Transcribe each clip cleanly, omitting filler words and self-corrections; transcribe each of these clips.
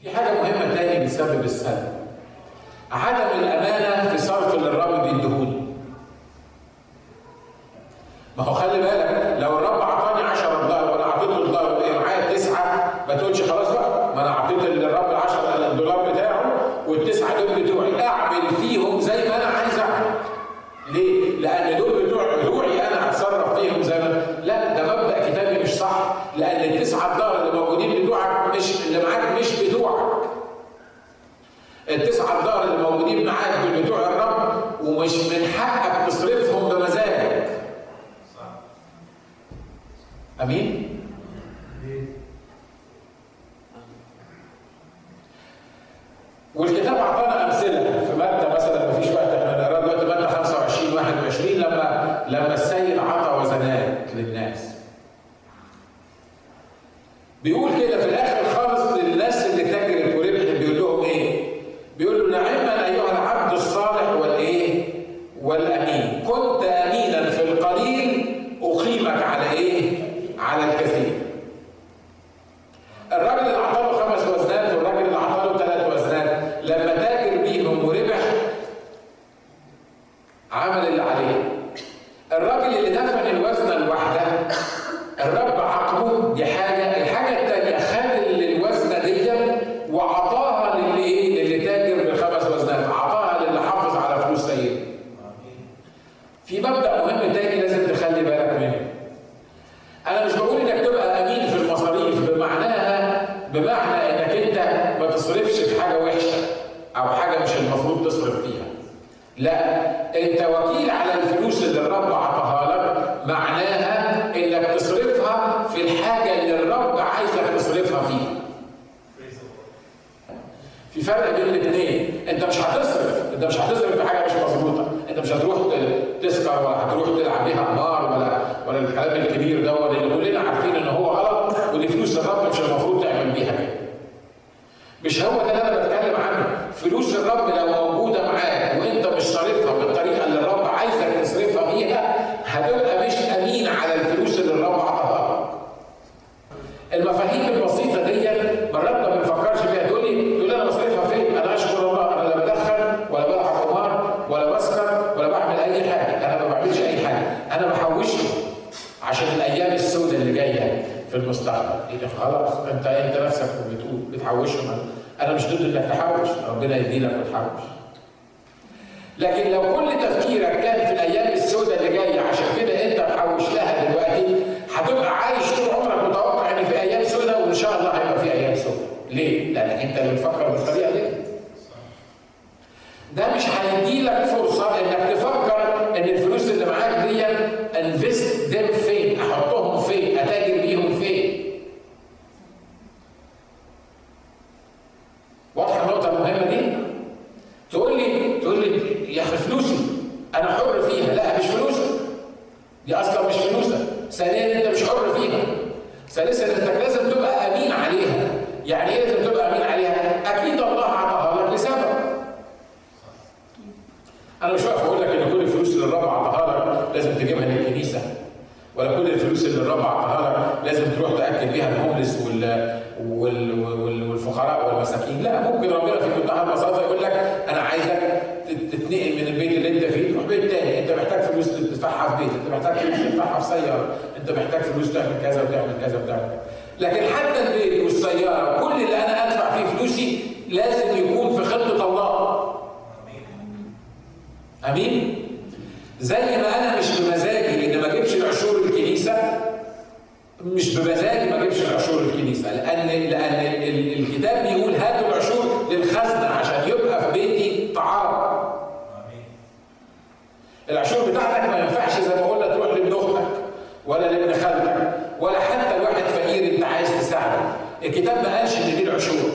في حاجة مهمة تاني بتسبب السلب، عدم الأمانة في صرف اللي الرب بيديهولي. ما هو خلي بالك، لو الرب أعطاني 10 دولار وأنا أعطيته الدولار وبقي معايا 9، ما تقولش خلاص بقى، ما أنا أعطيت للرب $10 بتاعه والتسعة دول بتوعي، أعمل فيهم زي ما أنا عايز أعمل. ليه؟ لأن دول بتوعي أنا هتصرف فيهم زي ما لا، ده مبدأ كتابي مش صح، لأن $9 اللي موجودين بتوعك مش اللي معاك، مش بتوعك. $9 اللي موجودين معاك دول بتوع الرب، ومش من حقك تصرفهم بمزاجك. امين؟ والكتاب اعطانا امثله في متى مثلا، مفيش وقت احنا نقرا دلوقتي، متى 25:21 لما السيد عطى وزنات للناس. بيقول كده في الاخر خالص للناس اللي تجرت وربحت، بيقول لهم ايه؟ بيقول له نعما ايها العبد الصالح والايه؟ والامين، كنت امينا في القليل اقيمك على ايه؟ على الكثير. الراجل اللي اعطاله 5 وزنات والراجل اللي اعطاله 3 وزنات، لما تاجر بيهم وربح عمل اللي عليه. الراجل اللي دفن الوزنه الواحده الرب عاقبه، دي حاجه. الحاجه الثانيه، خد الوزنه دي وعطاها للي تاجر ب5 وزنات، عطاها للي حافظ على فلوس سيده. في مبدا مهم تاني لازم تخلي بالك منه. انا مش بقول انك تبقى امين في المصاريف بمعنى انك انت ما تصرفش في حاجه وحشه او حاجه مش المفروض تصرف فيها. لا، انت وكيل على الفلوس اللي الرب عطاها لك، معناها انك تصرفها في الحاجه اللي الرب عايزك تصرفها فيها. في فرق بين الاثنين. انت مش هتصرف في حاجه مش مظبوطه. انت مش هتروح تسكر ولا هتروح تلعب بيها قمار ولا الكلام الكبير ده اللي كلنا عارفين ان هو غلط، واللي فلوس الرب مش المفروض تعمل بيها كده. مش هو ده اللي انا بتكلم عنه. فلوس الرب لو موجوده معاك وانت مش صارفها بالطريقه اللي الرب عايزك تصرفها بيها، هتبقى مش امين على الفلوس اللي الرب عطاها لك. المفاهيم البسيطه دي مرات ما بنفكرش فيها. تقول انا بصرفها فين؟ انا اشكر الله، انا لا بدخن ولا بلعب قمار ولا بسكر ولا بعمل اي حاجه، انا ما بعملش اي حاجه، انا بحوشه عشان الايام السوداء اللي جايه في المستقبل. إيه خلاص، انت نفسك بتقول بتحوشهم. انا مش ضد انك تحوش، ربنا يديلك وتحوش. لكن لو كل تفكيرك كان في الايام السوداء اللي جايه، عشان كده انت محوش لها دلوقتي، هتبقى عايش طول عمرك متوقع ان في ايام سوداء، وان شاء الله هيبقى في ايام سوداء. ليه؟ لانك انت اللي بتفكر بالطريقه دي. ده مش هيديلك فرصه انك تفكر ان الفلوس اللي معاك دي انفست ديم فين؟ احطهم فين؟ اتاجر بيهم فين؟ واضحه النقطه المهمه دي؟ تقول لي يا اخي فلوسي انا حر فيها. لا، مش فلوسك دي اصلا، مش فلوسك. ثانيا انت مش حر فيها. ثالثا انك لازم تبقى امين عليها. يعني ايه لازم تبقى امين عليها؟ اكيد الله عطاها لك لسبب. انا مش واقف اقول لك ان كل الفلوس اللي الرب عطاها لك لازم تجيبها للكنيسه، ولا كل الفلوس اللي الرب عطاها لك لازم تروح تاكل بيها الهوملس والفقراء والمساكين. لا، ممكن ربنا في منتهى البساطه يقول لك انا عايزك تتنقل من البيت اللي انت فيه تروح بيت تاني. انت محتاج فلوس تدفعها في بيت، انت محتاج فلوس تدفعها في سياره، انت محتاج فلوس تعمل كذا وتعمل كذا وتعمل كذا. لكن حتى البيت والسياره كل اللي انا ادفع فيه فلوسي لازم يكون في خطه الله. امين؟ زي ما انا مش بمزاجي ان ما اجيبش العشور الكنيسه، مش بمزاجي ما اجيبش العشور الكنيسه، لان الكتاب بيقول هاتوا العشور للخزنه عشان يبقى في بيتي طعام. العشور بتاعتك ما ينفعش زي ما قلنا تروح لابن اختك ولا لابن خالتك ولا حتى لواحد فقير انت عايز تساعده. الكتاب ما قالش ان دي العشور.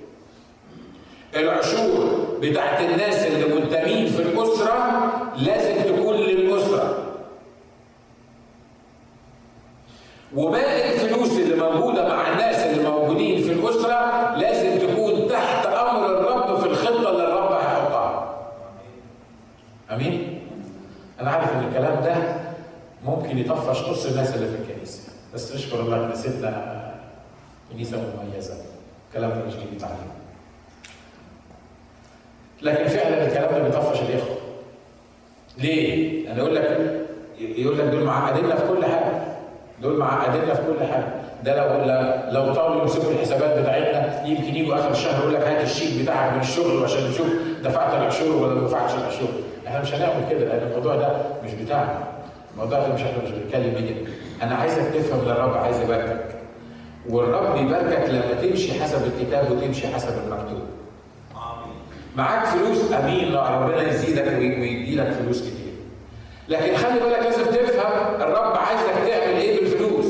العشور بتاعت الناس اللي منتمين في الاسره لازم تكون للاسره. وباقي الفلوس اللي موجوده مع الناس اللي موجودين في الاسره لازم تكون تحت امر الرب في الخطه اللي الرب هيحطها. امين؟ انا عارف ان الكلام ده ممكن يطفش نص الناس اللي في الكنيسه، بس نشكر الله كنيستنا كنيسه مميزه. الكلام ده مش جديد علينا. لكن فعلا الكلام ده بيطفش الاخوه. ليه؟ انا يقول لك دول معقديننا في كل حاجه. دول معقديننا في كل حاجه. ده لو طالوا يمسكوا الحسابات بتاعتنا يمكن يجوا اخر الشهر يقول لك هات الشيك بتاعك من الشغل عشان نشوف دفعت العشور ولا ما دفعتش العشور. احنا مش هنعمل كده لان الموضوع ده مش بتاعنا. الموضوع ده احنا مش بنتكلم بيه. انا عايزك تفهم ان الرب عايز يباركك. والرب يباركك لما تمشي حسب الكتاب وتمشي حسب المكتوب. معاك فلوس امين، ربنا يزيدك ويدي لك فلوس كتير. لكن خلي بالك لازم تفهم الرب عايزك تعمل ايه بالفلوس.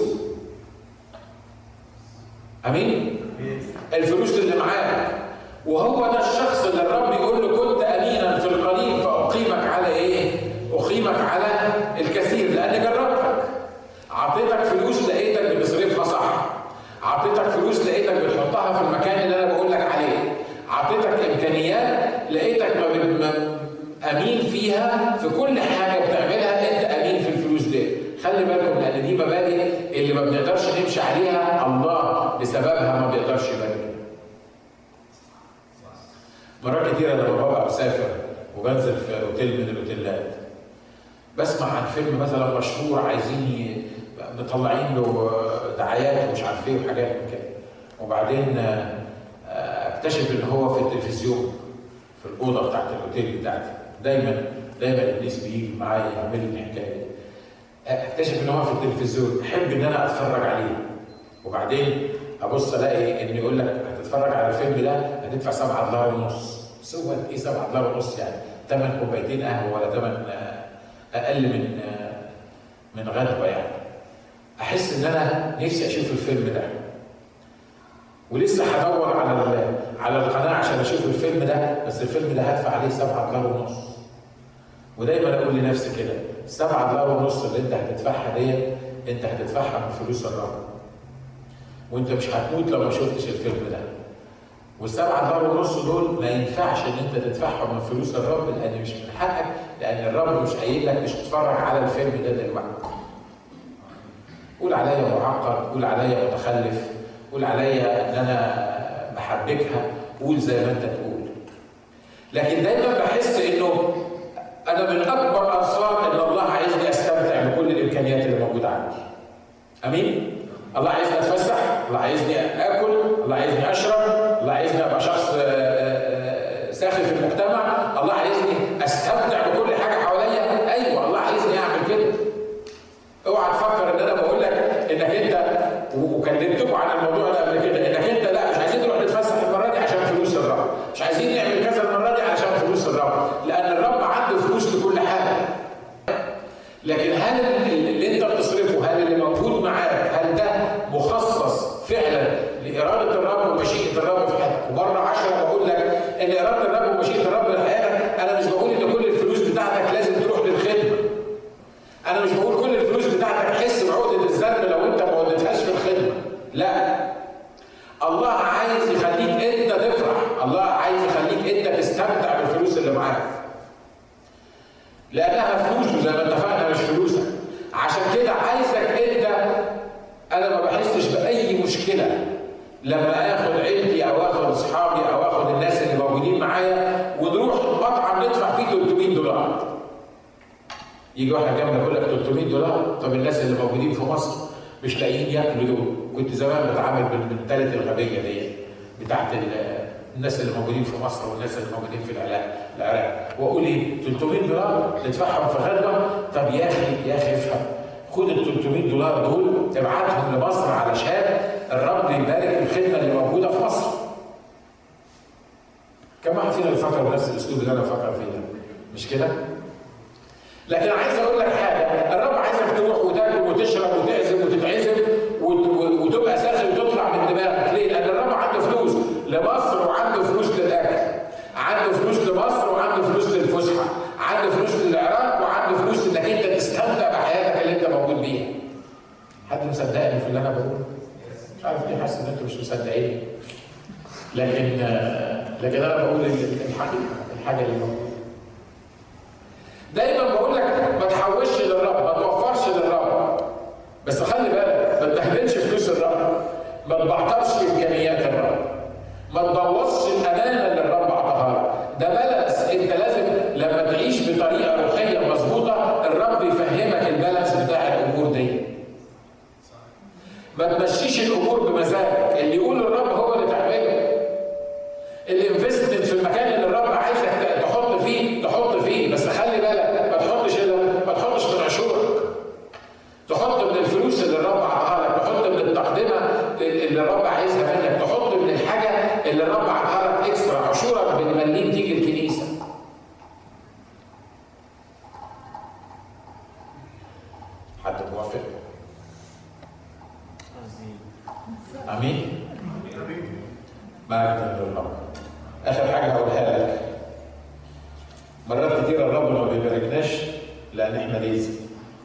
امين؟ الفلوس اللي معاك. وهو ده الشخص اللي الرب يقول له كنت امينا في القليل فاقيمك على ايه؟ اقيمك على الكثير، لان جربتك. اعطيتك فلوس لقيتك بتصرفها صح. اعطيتك فلوس لقيتك بتحطها في المكان اللي انا بقول لك عليه. اعطيتك امكانيات لقيتك امين فيها في كل حاجه بتعملها. انت امين في الفلوس دي. خلي بالكم لان دي مبادئ اللي ما بنقدرش نمشي عليها، الله بسببها ما بيقدرش يبارك. مرات كتيره لما ببقى مسافر وبنزل في اوتيل من الاوتيلات بسمع عن فيلم مثلا مشهور عايزين مطلعين له دعايات ومش عارف ايه وحاجات من كده، وبعدين اكتشف ان هو في التلفزيون في الاوضه بتاعت الاوتيل بتاعتي. دايما الناس بيجوا معايا يعملوا لي الحكايه دي. اكتشف ان هو في التلفزيون، احب ان انا اتفرج عليه. وبعدين ابص الاقي ان يقول لك هتتفرج على الفيلم ده هتدفع $7.50. سوى ايه $7.50 يعني؟ ثمن كوبايتين قهوه ولا ثمن اقل من غدوه يعني. احس ان انا نفسي اشوف الفيلم ده. ولسه هدور على القناه عشان اشوف الفيلم ده، بس الفيلم ده هدفع عليه $7.50. ودايما اقول لنفسي كده $7.50 اللي انت هتدفعها دي انت هتدفعها من فلوس الرب. وانت مش هتموت لو ما شفتش الفيلم ده. وال$7.50 دول ما ينفعش ان انت تدفعهم من فلوس الرب لان مش من حقك، لان الرب مش قايل لك مش تتفرج على الفيلم ده دلوقتي. قول عليا معقد، قول عليا متخلف، قول عليا ان انا بحبكها، قول زي ما انت تقول. لكن دايما بحس انه انا من اكبر انصار ان الله عايزني استمتع بكل الامكانيات اللي موجوده عندي. امين؟ الله عايزني اتفسح، الله عايزني اكل، الله عايزني اشرب، الله عايزني ابقى شخص ساخي في المجتمع، الله عايزني استمتع بكل حاجه حواليا. ايوه الله عايزني اعمل كده. اوعى تفكر ان انا بقول لك انك انت، وكلمتكم عن الموضوع ده قبل كده، انك انت لا مش عايزين نروح نتفسح المره دي عشان فلوس الرب، مش عايزين نعمل كذا المره دي عشان فلوس الرب، لان الرب عنده فلوس لكل حاجه. لكن هل اللي انت بتصرفه، هل اللي موجود معاك، هل ده مخصص فعلا لاراده الرب ومشيئه الرب في حياتك؟ ومره 10 بقول لك ان اراده الرب ومشيئه الرب لحياتك، انا مش بقول ان كل الفلوس بتاعتك لازم تروح للخدمه. انا مش بقول كل الفلوس بتاعتك حس بعقده الذنب لو انت ما وديتهاش في الخدمه. لا. الله عايز يخليك انت تفرح، الله عايز يخليك انت تستمتع بالفلوس اللي معاك. لانها فلوسه زي ما اتفقنا مش فلوسك. عشان كده عايزك انت، انا ما بحسش باي مشكله لما اخد عيلتي او اخد اصحابي او اخد الناس اللي موجودين معايا ونروح مطعم ندفع فيه $300. يجي واحد جنبنا يقول لك $300؟ طب الناس اللي موجودين في مصر مش لاقيين ياكلوا دول. كنت زمان بتعامل بالمنتاليتي الغبيه دي بتاعت الناس اللي موجودين في مصر والناس اللي موجودين في العراق، واقول ايه $300 ندفعهم في غدوه؟ طب يا اخي افهم، خد $300 دول ابعتهم لمصر علشان الرب يبارك الخدمه اللي موجوده في مصر. كم واحد فينا بيفكر بنفس الاسلوب اللي انا بفكر فيه ده؟ مش كده؟ لكن عايز اقول لك حاجه، الرب عايزك تروح وتاكل وتشرب وتعزم وتتعزم وتبقى ساخن وتطلع من دماغك. ليه؟ لان الرب عنده فلوس لمصر وعنده فلوس للاكل، عنده فلوس لمصر وعنده فلوس للفسحه، عنده فلوس للعراق وعنده فلوس انك انت تستمتع بحياتك اللي انت موجود بيها. حد مصدقني في اللي انا بقوله؟ مش عارف ليه حاسس ان انتوا مش مصدقيني. لكن انا بقول الحاجه اللي موجوده. دايما بقول لك ما تحوشش للرب، ما توفرش للرب، بس خلي بالك ما تبهدلش فلوس الرب، ما تبعترش امكانيات الرب، ما تبوظش الامانه اللي الرب اعطاها لك. ده بلد تمشيش الامور بمزاجك، اللي يقول الرب هو اللي تعمله. الانفستمنت في المكان اللي الرب عايزك تحط فيه، بس خلي بالك ما تحطش من عشورك، تحط من الفلوس اللي الرب عطاها لك، تحط من التقدمه اللي الرب عايزها منك، تحط من الحاجه اللي الرب عطاها لك اكسترا. عشورك بالمليم تيجي الكنيسه. حد موافق؟ امين. مجد للرب. اخر حاجه هقولها لك، مرات كتير الرب ما بيباركناش لان احنا ليزي.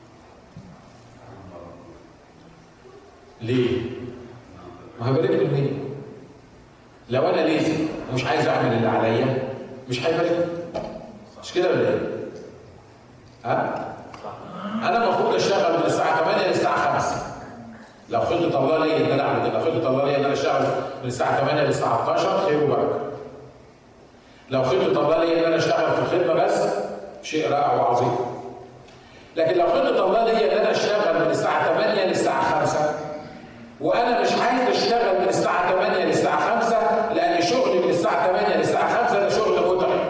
ليه؟ ما هيباركني منين؟ لو انا ليزي ومش عايز اعمل اللي عليا مش هيباركني. مش كده ولا ايه؟ ها؟ انا المفروض اشتغل من الساعه 8 للساعه 5. لو خطه الله ليا ان انا اعمل كده، خطه الله ليا ان انا اشتغل من الساعه 8 للساعه 12، خير وبركه. لو خطه الله ليا ان انا اشتغل في الخدمه بس، شيء رائع وعظيم. لكن لو خطه الله ليا ان انا اشتغل من الساعه 8 للساعه 5 وانا مش عايز اشتغل من الساعه 8 للساعه 5 لان شغلي من الساعه 8 للساعه 5 ده شغل متعب.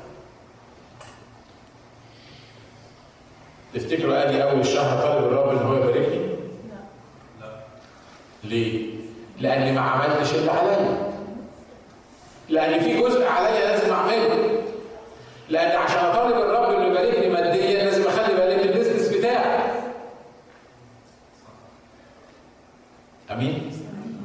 تفتكروا ادي اول الشهر طالب الرب ان هو يباركني؟ لا. ليه؟ لاني ما عملتش اللي عليا. لان في جزء عليا لازم اعمله. لان عشان اطالب الرب انه يباركني ماديا لازم اخلي بالي من البيزنس بتاعي. امين؟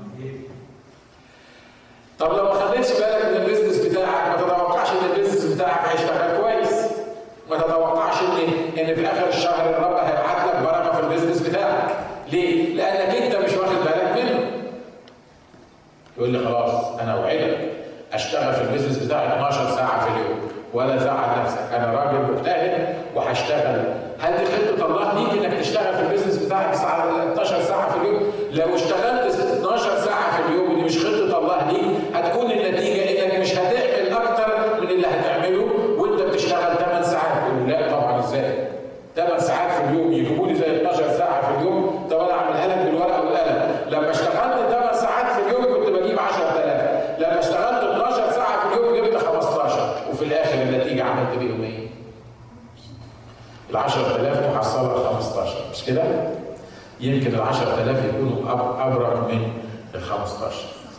طب لو ما خليتش بالك من البيزنس بتاعك، ما تتوقعش ان البيزنس بتاعك هيشتغل كويس. ما تتوقعش ان في اخر الشهر الرب هيبعت لك بركه في البيزنس بتاعك. ليه؟ لانك انت مش واخد بالك منه. يقول لي خلاص انا اوعدك اشتغل في البيزنس بتاعي 12 ساعه في اليوم، ولا تزعل نفسك، انا راجل مجتهد وهشتغل. هل دي خطه الله ليك انك تشتغل في البيزنس بتاعك 12 ساعه في اليوم؟ لو اشتغلت 12 ساعه في اليوم ودي مش خطه الله ليك، هتكون النتيجه انك مش هتعمل اكتر من اللي هتعمله وانت بتشتغل 8 ساعات. تقول لا طبعا ازاي؟ 8 ساعات في اليوم يجيبوا لي زي 12 ساعه في اليوم؟ طب انا اعملها لك بالورقه والقلم. لما اشتغلت 8 ساعات في اليوم كنت بجيب 10,000، لما اشتغلت 12 ساعه في اليوم جبت 15، وفي الاخر النتيجه عملت بيهم ايه؟ ال 10,000 محصله 15، مش كده؟ يمكن ال 10,000 يكونوا ابرك من ال 15.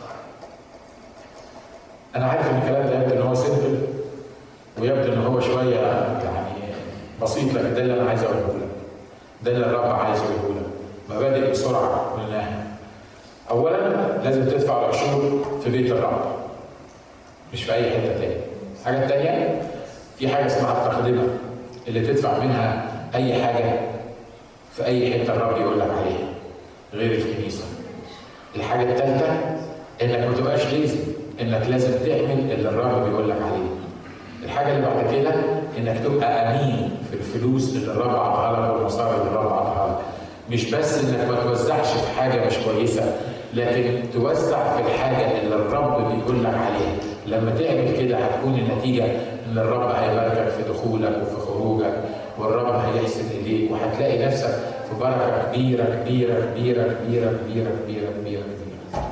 انا عارف ان الكلام ده يبدو ان هو سيمبل ويبدو ان هو شويه يعني بسيط، لكن ده اللي انا عايز اقوله لك. ده اللي الرب عايز يقوله لك. مبادئ بسرعه قلناها. اولا لازم تدفع العشور في بيت الرب، مش في اي حته تاني. الحاجه الثانيه في حاجه اسمها التقدمه اللي تدفع منها اي حاجه في اي حته الرب يقول لك عليها غير الكنيسه. الحاجه الثالثه انك ما تبقاش ليزي، انك لازم تعمل اللي الرب بيقول لك عليه. الحاجه اللي بعد كده انك تبقى امين في الفلوس اللي الرب عطاها لك والمصاري اللي الرب عطاها لك. مش بس انك ما توزعش في حاجه مش كويسه، لكن توزع في الحاجه اللي الرب بيقول لك عليها. لما تعمل كده هتكون النتيجه ان الرب هيباركك في دخولك وفي خروجك، والرب هيحسن اليك، وهتلاقي نفسك في بركه كبيره كبيره كبيره كبيره كبيره كبيره كبيره كبيره.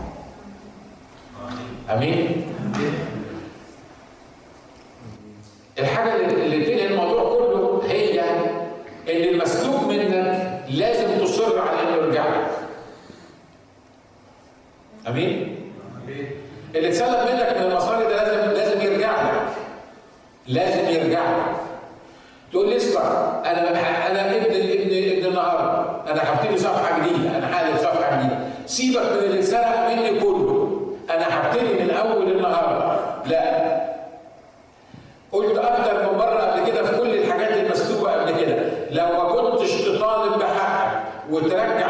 امين؟ الحاجه اللي تنهي الموضوع كله هي ان المسلوب منك لازم تصر على انه يرجع لك. امين؟ اللي اتسلب منك من المصاري ده لازم يرجع لك. لازم يرجع لك. تقول لي اسمع، انا ابن النهارده، انا هبتدي صفحه جديده، انا هقلب صفحه جديده. سيبك من اللي اتسرق مني كله، انا هبتدي من اول النهارده. لا، قلت اكتر من مره قبل كده في كل الحاجات المسلوبه قبل كده، لو ما كنتش تطالب بحقك وترجع